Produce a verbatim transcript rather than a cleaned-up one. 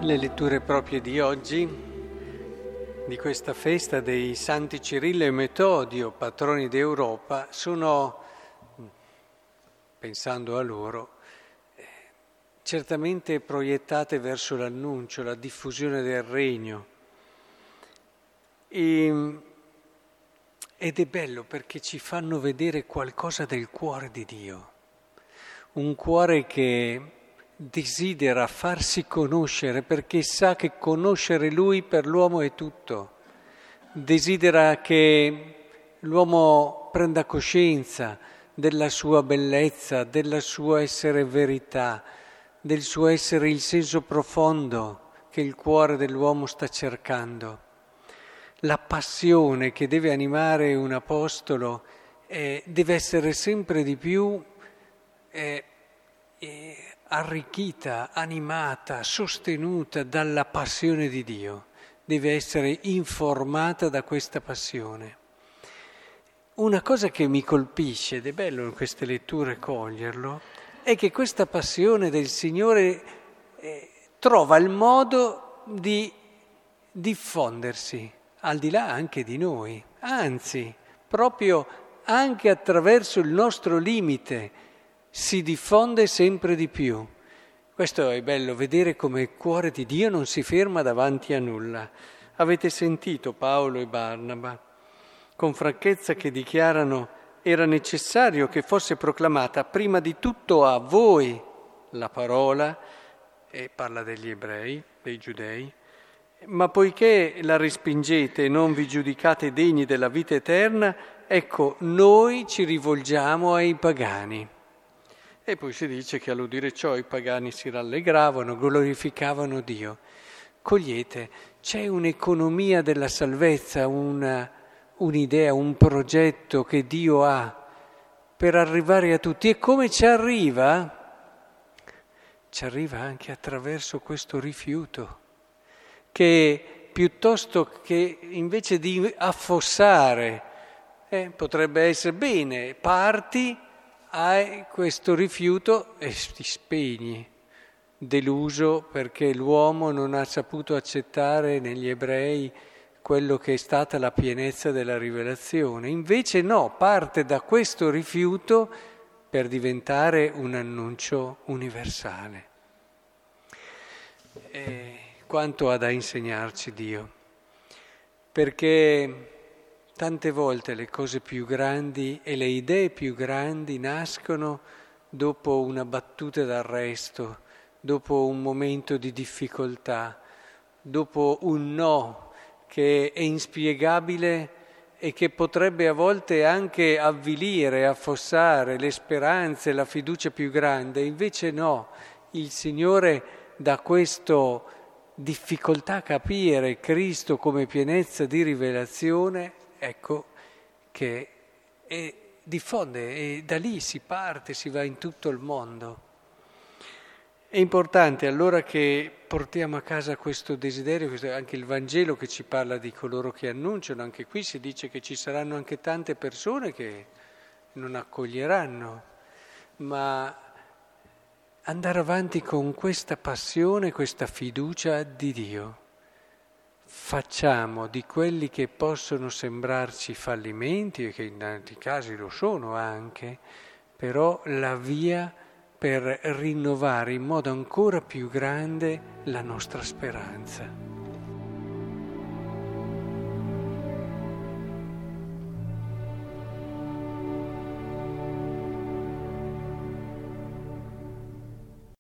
Le letture proprie di oggi, di questa festa dei Santi Cirillo e Metodio, patroni d'Europa, sono, pensando a loro, certamente proiettate verso l'annuncio, la diffusione del Regno. E, ed è bello perché ci fanno vedere qualcosa del cuore di Dio, un cuore che desidera farsi conoscere perché sa che conoscere Lui per l'uomo è tutto. Desidera che l'uomo prenda coscienza della sua bellezza, del suo essere verità, del suo essere il senso profondo che il cuore dell'uomo sta cercando. La passione che deve animare un apostolo eh, deve essere sempre di più eh, eh, arricchita, animata, sostenuta dalla passione di Dio, deve essere informata da questa passione. Una cosa che mi colpisce, ed è bello in queste letture coglierlo, è che questa passione del Signore eh, trova il modo di diffondersi, al di là anche di noi, anzi, proprio anche attraverso il nostro limite, si diffonde sempre di più. Questo è bello, vedere come il cuore di Dio non si ferma davanti a nulla. Avete sentito Paolo e Barnaba, con franchezza che dichiarano: era necessario che fosse proclamata prima di tutto a voi la parola, e parla degli ebrei, dei giudei, ma poiché la respingete e non vi giudicate degni della vita eterna, ecco, noi ci rivolgiamo ai pagani. E poi si dice che all'udire ciò i pagani si rallegravano, glorificavano Dio. Cogliete, c'è un'economia della salvezza, una, un'idea, un progetto che Dio ha per arrivare a tutti. E come ci arriva? Ci arriva anche attraverso questo rifiuto, che piuttosto che invece di affossare, eh, potrebbe essere bene, parti, hai questo rifiuto e ti spegni, deluso perché l'uomo non ha saputo accettare negli ebrei quello che è stata la pienezza della rivelazione. Invece no, parte da questo rifiuto per diventare un annuncio universale. E quanto ha da insegnarci Dio, perché tante volte le cose più grandi e le idee più grandi nascono dopo una battuta d'arresto, dopo un momento di difficoltà, dopo un no che è inspiegabile e che potrebbe a volte anche avvilire, affossare le speranze, la fiducia più grande. Invece no, il Signore da questo difficoltà a capire Cristo come pienezza di rivelazione, ecco che è, diffonde e da lì si parte, si va in tutto il mondo. È importante allora che portiamo a casa questo desiderio, questo, anche il Vangelo che ci parla di coloro che annunciano, anche qui si dice che ci saranno anche tante persone che non accoglieranno, ma andare avanti con questa passione, questa fiducia di Dio. Facciamo di quelli che possono sembrarci fallimenti, e che in tanti casi lo sono anche, però la via per rinnovare in modo ancora più grande la nostra speranza.